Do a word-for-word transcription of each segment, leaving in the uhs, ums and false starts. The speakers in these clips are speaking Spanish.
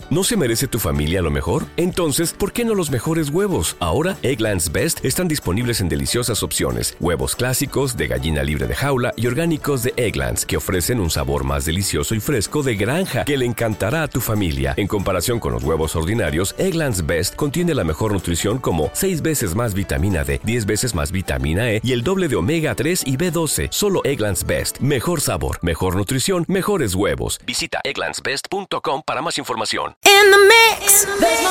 ¿No se merece tu familia lo mejor? Entonces, ¿por qué no los mejores huevos? Ahora, Eggland's Best están disponibles en deliciosas opciones. Huevos clásicos, de gallina libre de jaula y orgánicos de Eggland's, que ofrecen un sabor más delicioso y fresco de granja que le encantará a tu familia. En comparación con los huevos ordinarios, Eggland's Best contiene la mejor nutrición como seis veces más vitamina D, diez veces más vitamina E y el doble de omega tres y B doce. Solo Eggland's Best. Mejor sabor, mejor nutrición, mejores huevos. Visita egglands best punto com para más información. In the mix.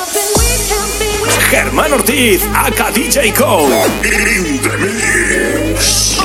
Germán Ortiz, aka D J Cole. In the mix.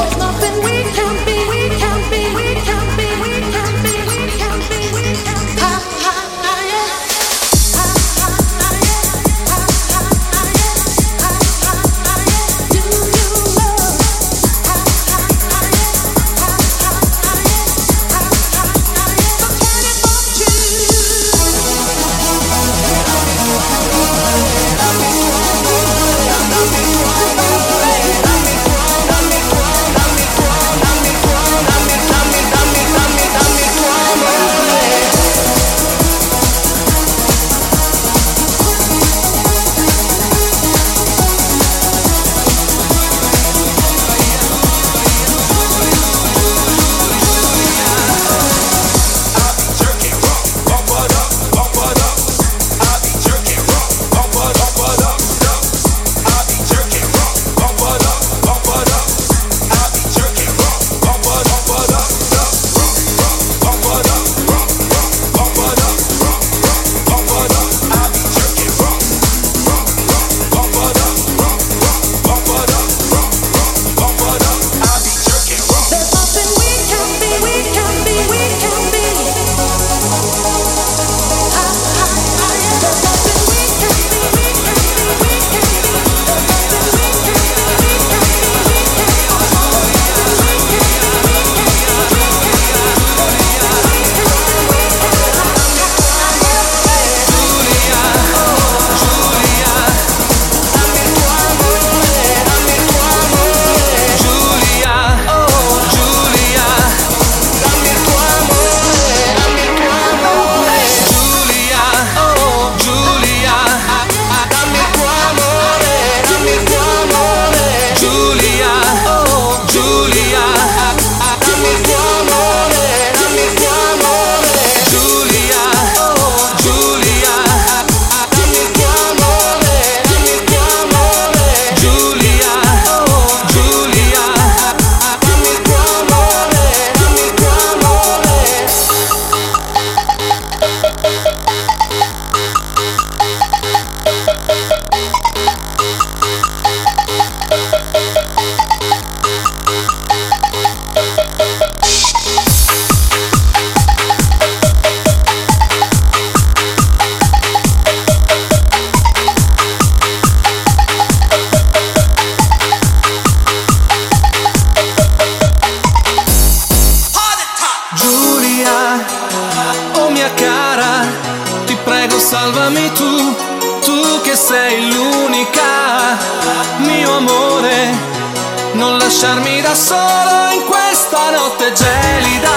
salvami tu, tu che sei l'unica, mio amore, non lasciarmi da solo in questa notte gelida,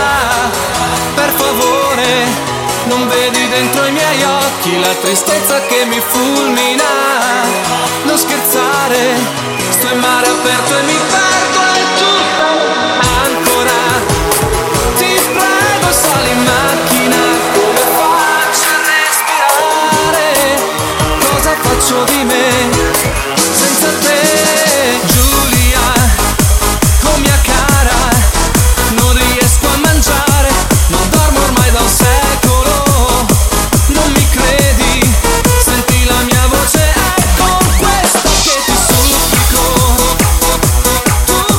per favore, non vedi dentro i miei occhi la tristezza che mi fulmina, non scherzare, sto in mare aperto e mi perdo in tutto ancora, ti prego sali in macchina, come faccio a respirare, cosa faccio di me senza te, Giulia, oh mia cara, non riesco a mangiare, non dormo ormai da un secolo, non mi credi, senti la mia voce, è con questo che ti supplico, tu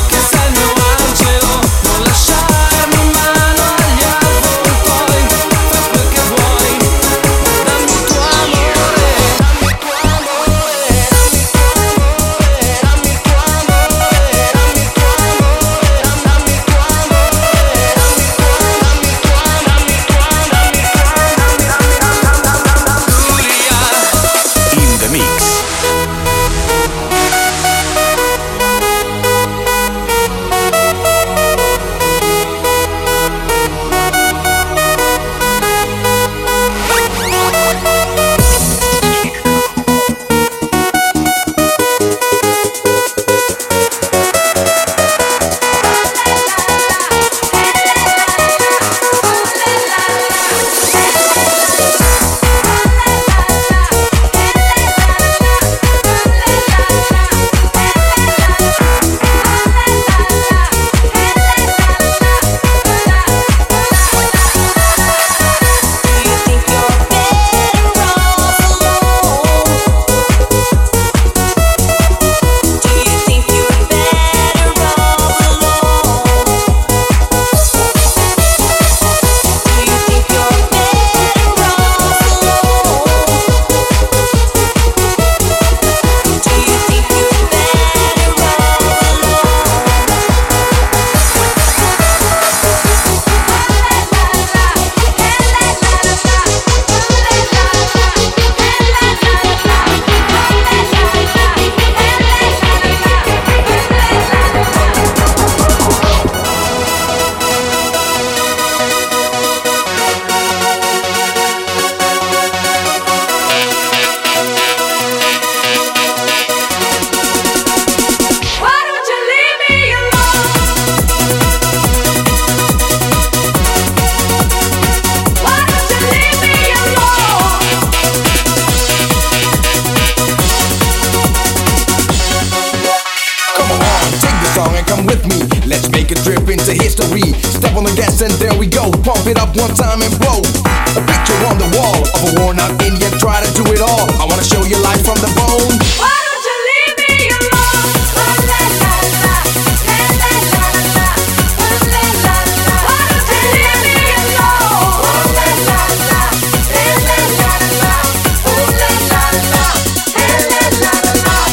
take a trip into history. Step on the gas and there we go. Pump it up one time and blow. A picture on the wall of a worn out Indian. Try to do it all. I wanna show you life from the bone. Why don't you leave me alone? La la la la, la la la la, la la la la. Why don't you leave me alone? La la la la, la la la la, la la la la, la la la la.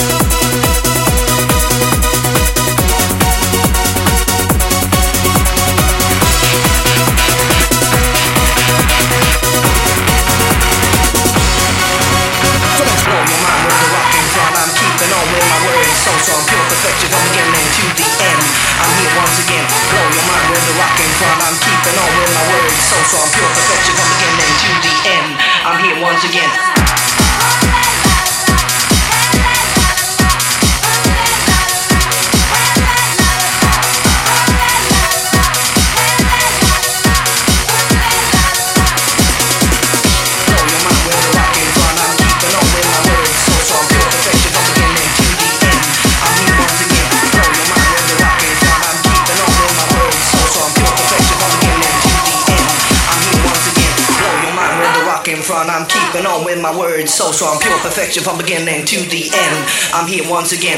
So I'm pure perfection from beginning to the end. I'm here once again, blow your mind with the rock came from. I'm keeping on with my words, so so I'm pure perfection from beginning to the end. I'm here once again. I'm keeping on with my words, so so I'm pure perfection from beginning to the end. I'm here once again.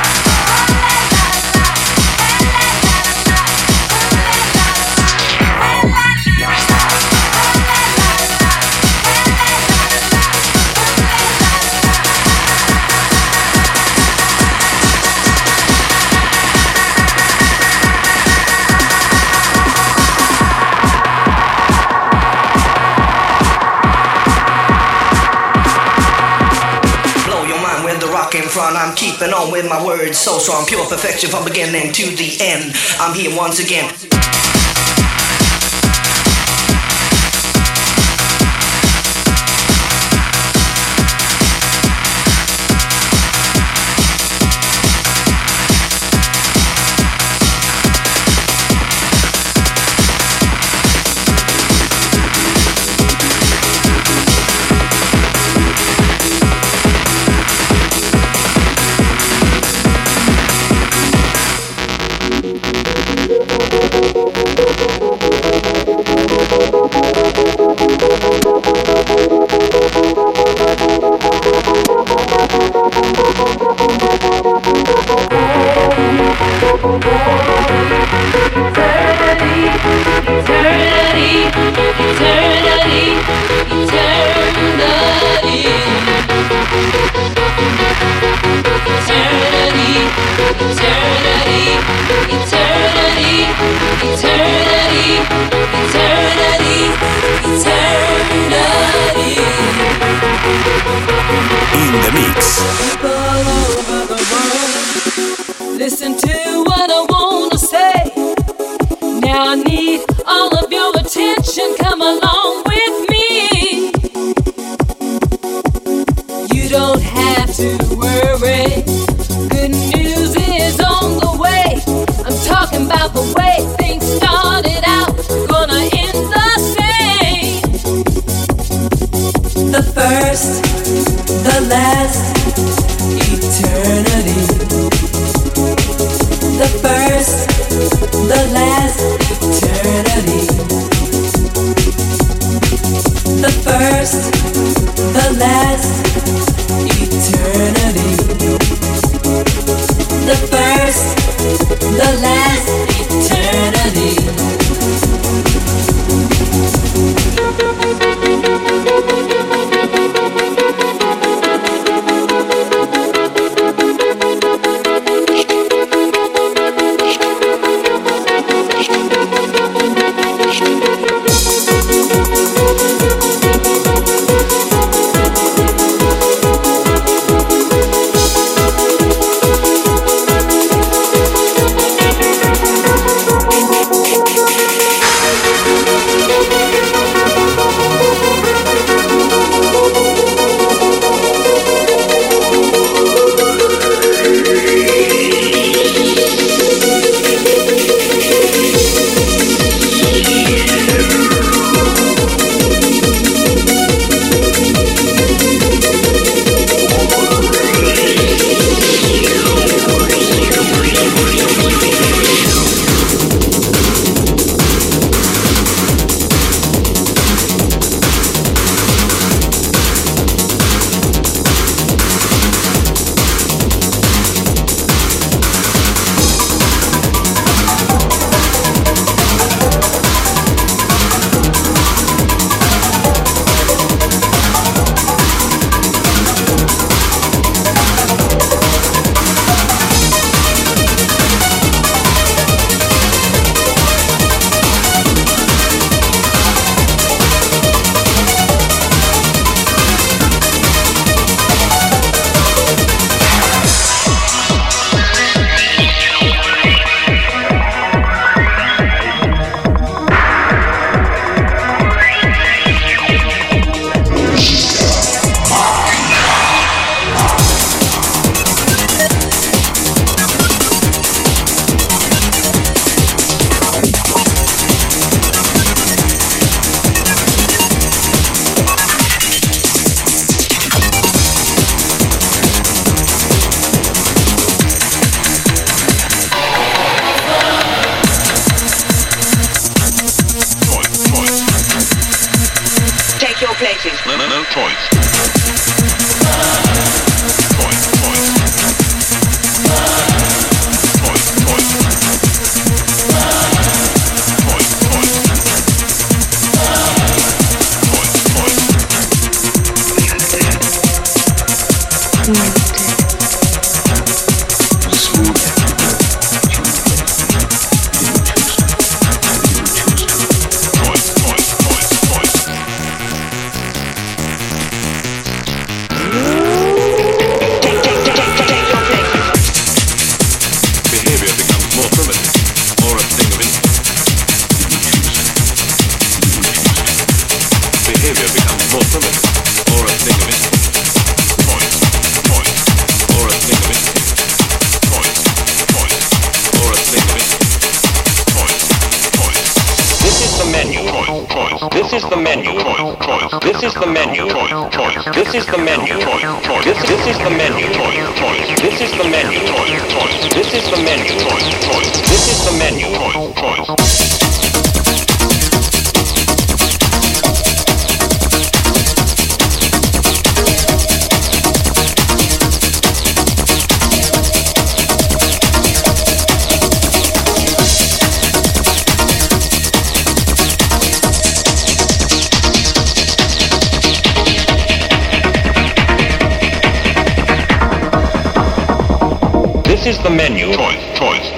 I'm keeping on with my words, so so I'm pure perfection from beginning to the end. I'm here once again. In the mix. People all over the world, listen to what I wanna say. Now I need all of your attention. Come along with me. You don't have to worry. Good news is on the way. I'm talking about the way things started out, gonna end the same. The first, the last, eternity. The first, the last, eternity. The first, the last, eternity. The first, the last, eternity. This is the menu. Choice, choice.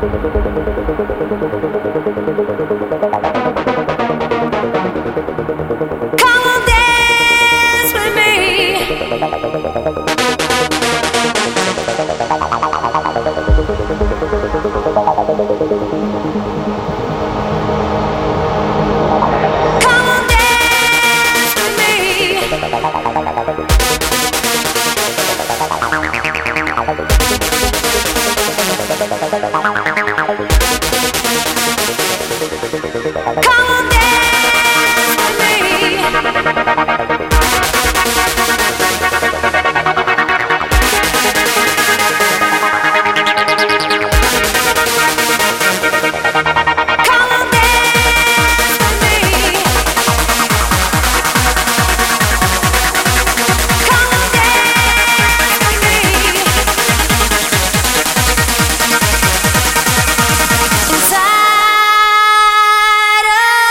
Inside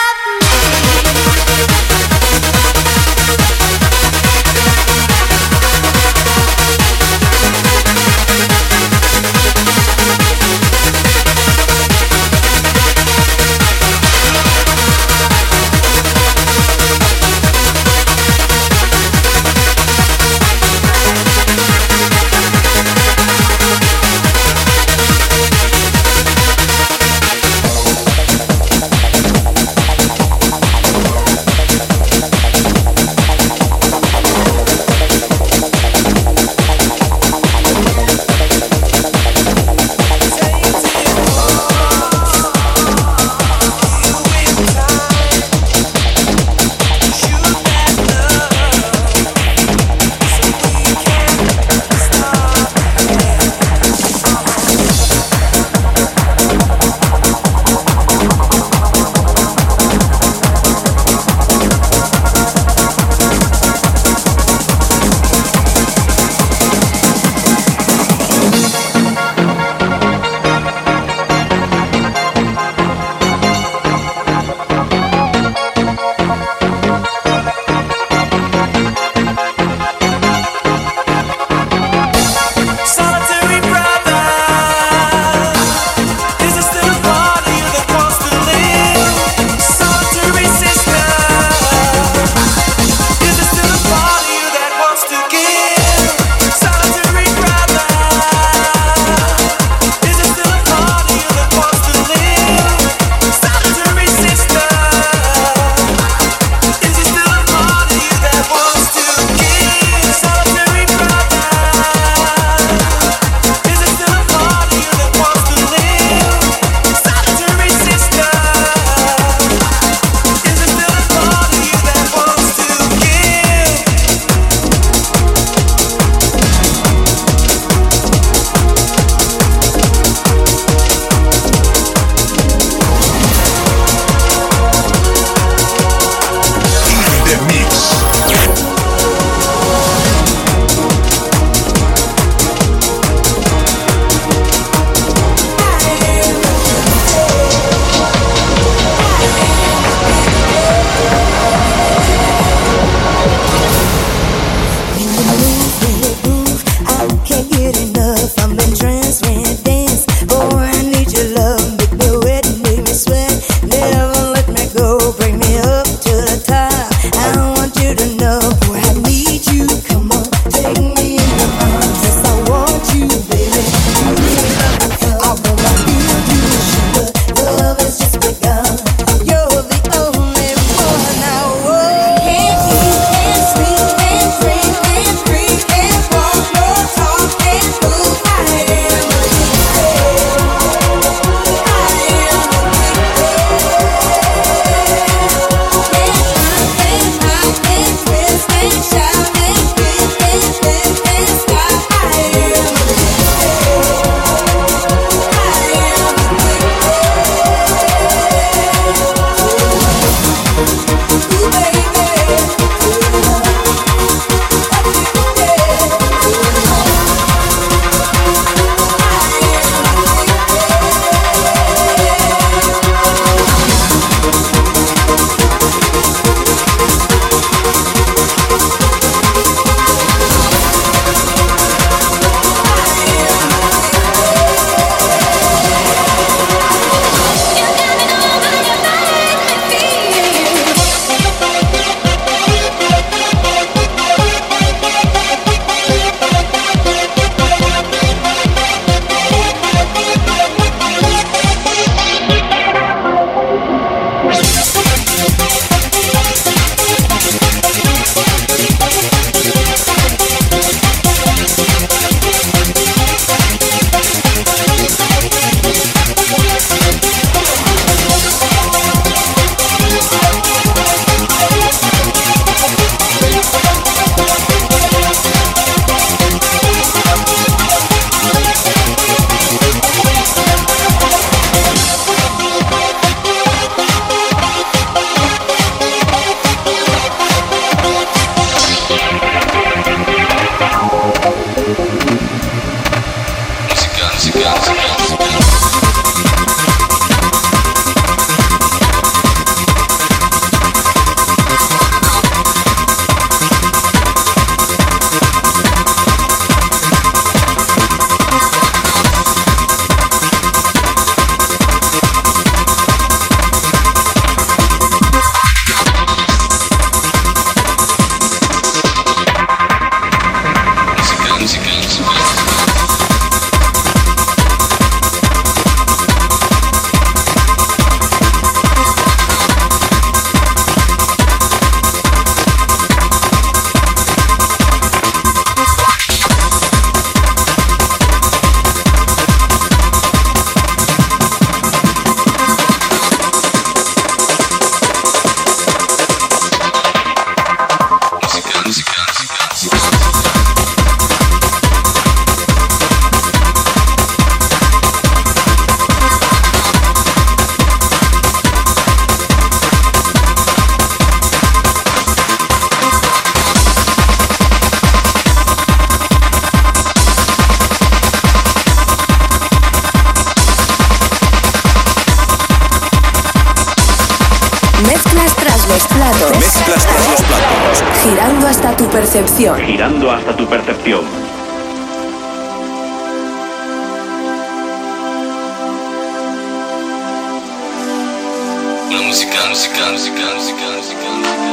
Mezclas tras los platos. Girando hasta tu percepción. Girando hasta tu percepción. Una música, música, música, música, música, música.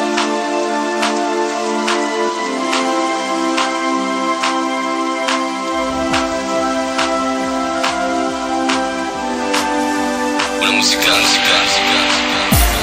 Una música, música, música, música.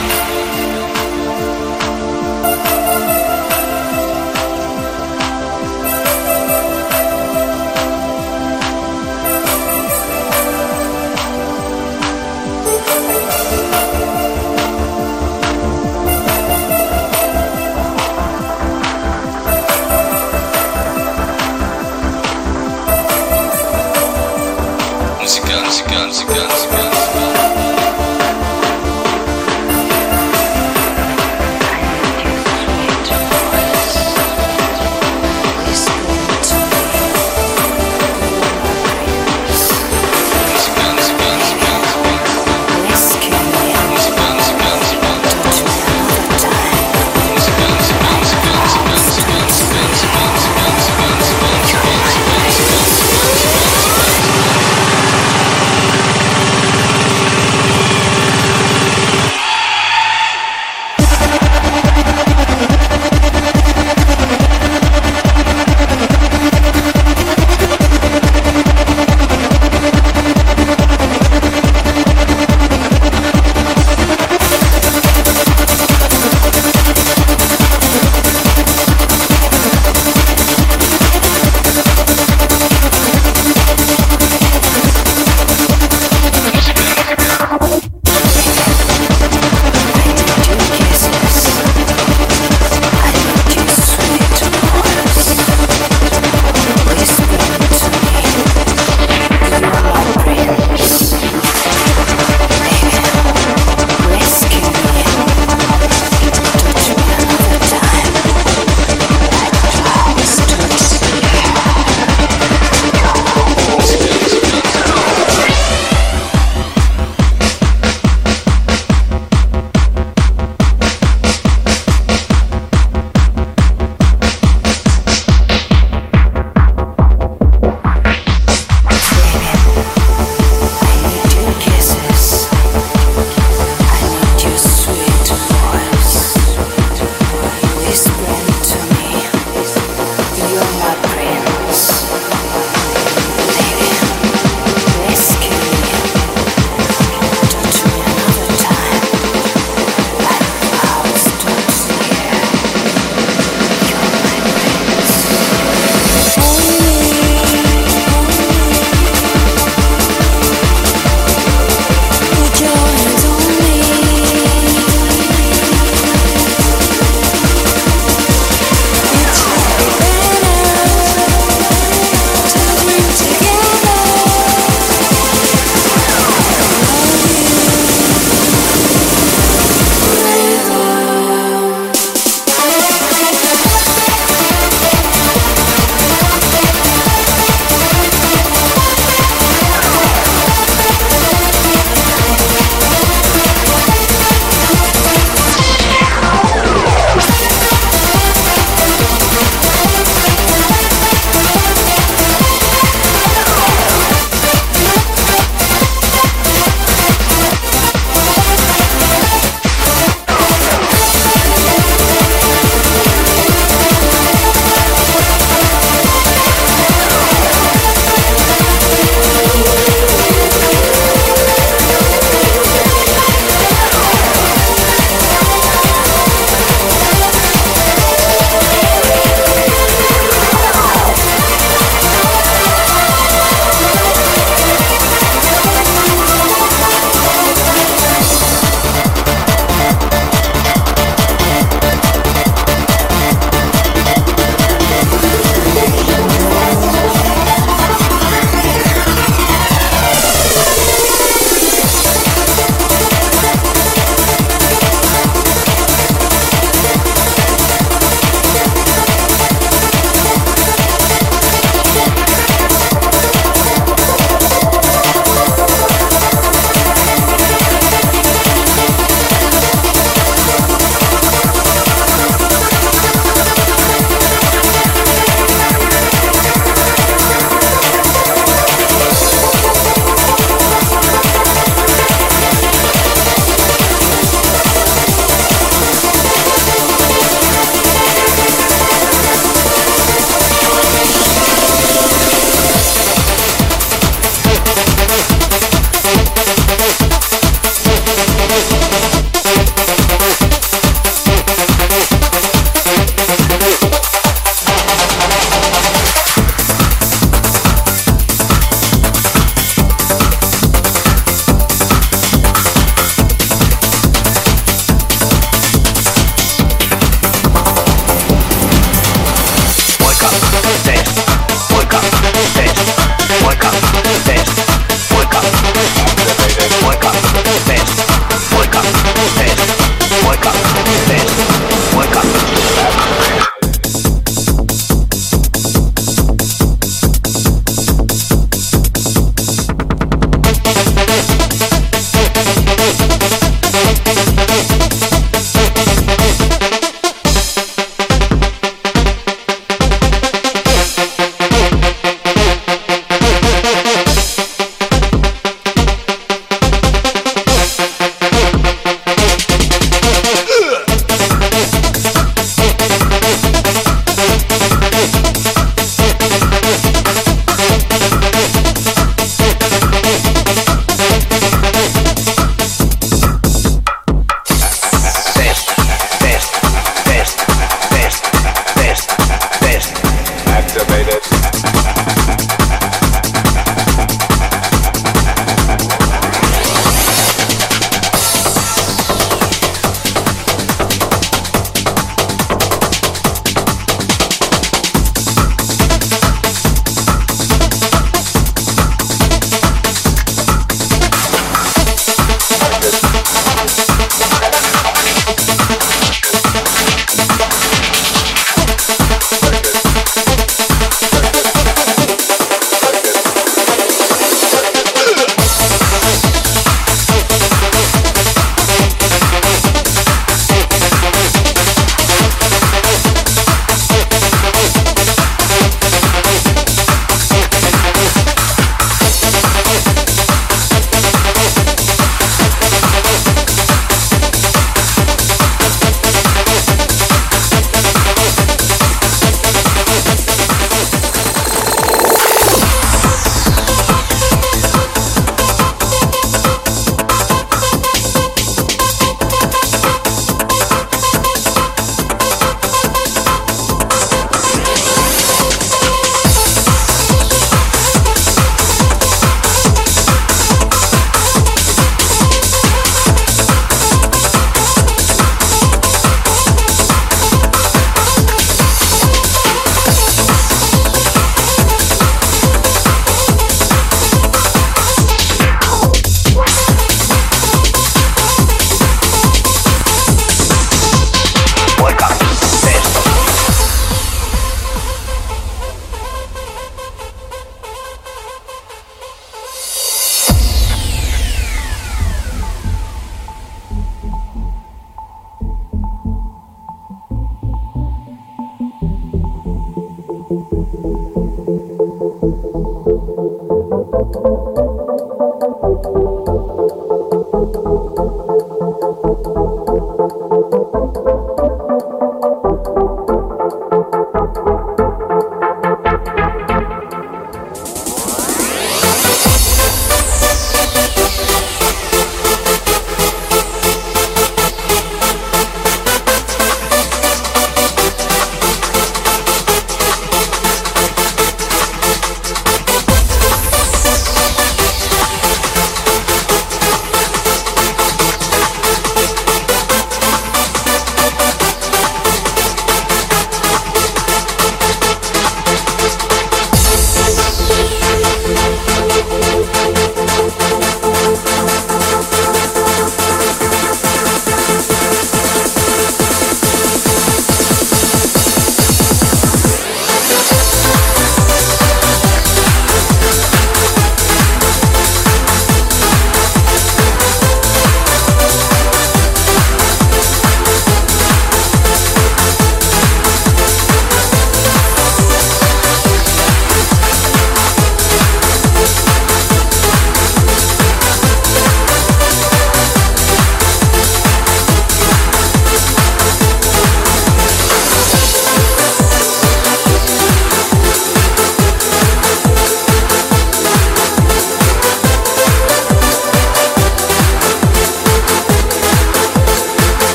Música, música, música, música.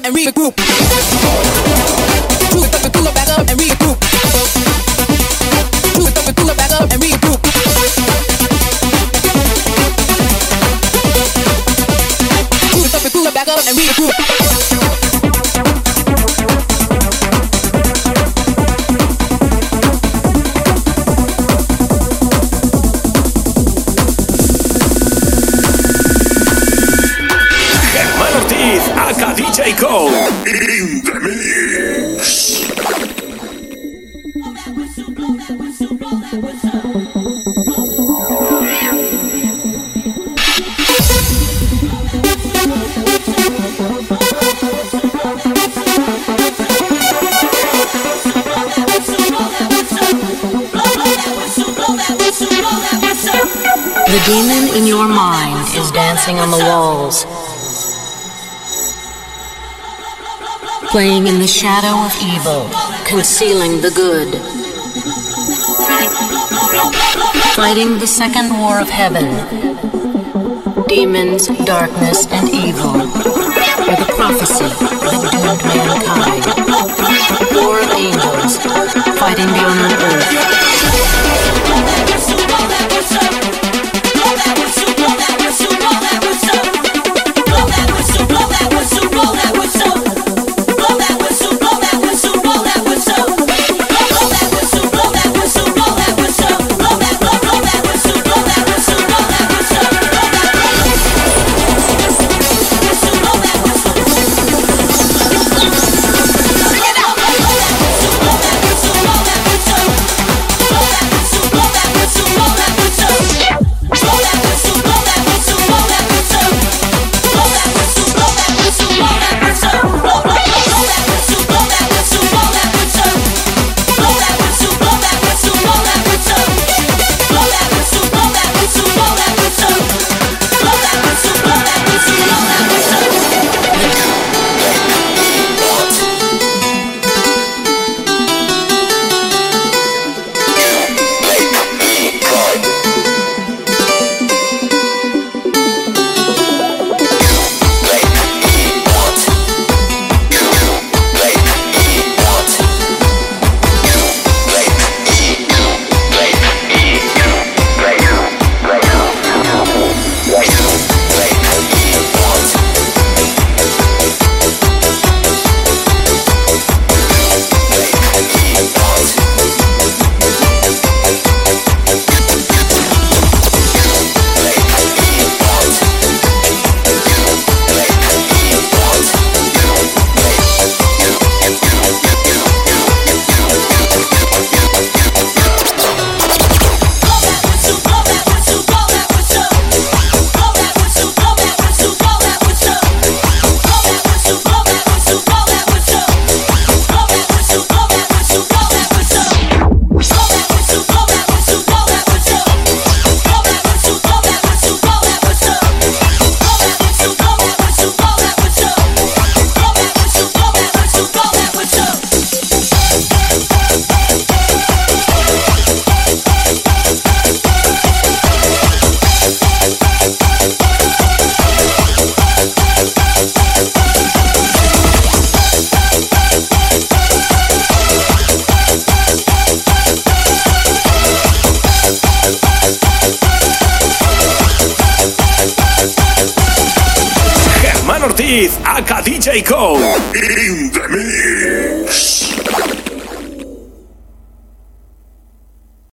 and regroup. Pull it up and pull it back up and regroup. Pull it up and pull it back up and regroup. Pull it up and pull it back up and regroup. Acá D J Cole in the mix. The demon in your mind is dancing on the walls, playing in the shadow of evil, concealing the good, fighting the second war of heaven. Demons, darkness, and evil are the prophecy that doomed mankind. War of angels, fighting the unknown earth. Acá D J Cole in the mix.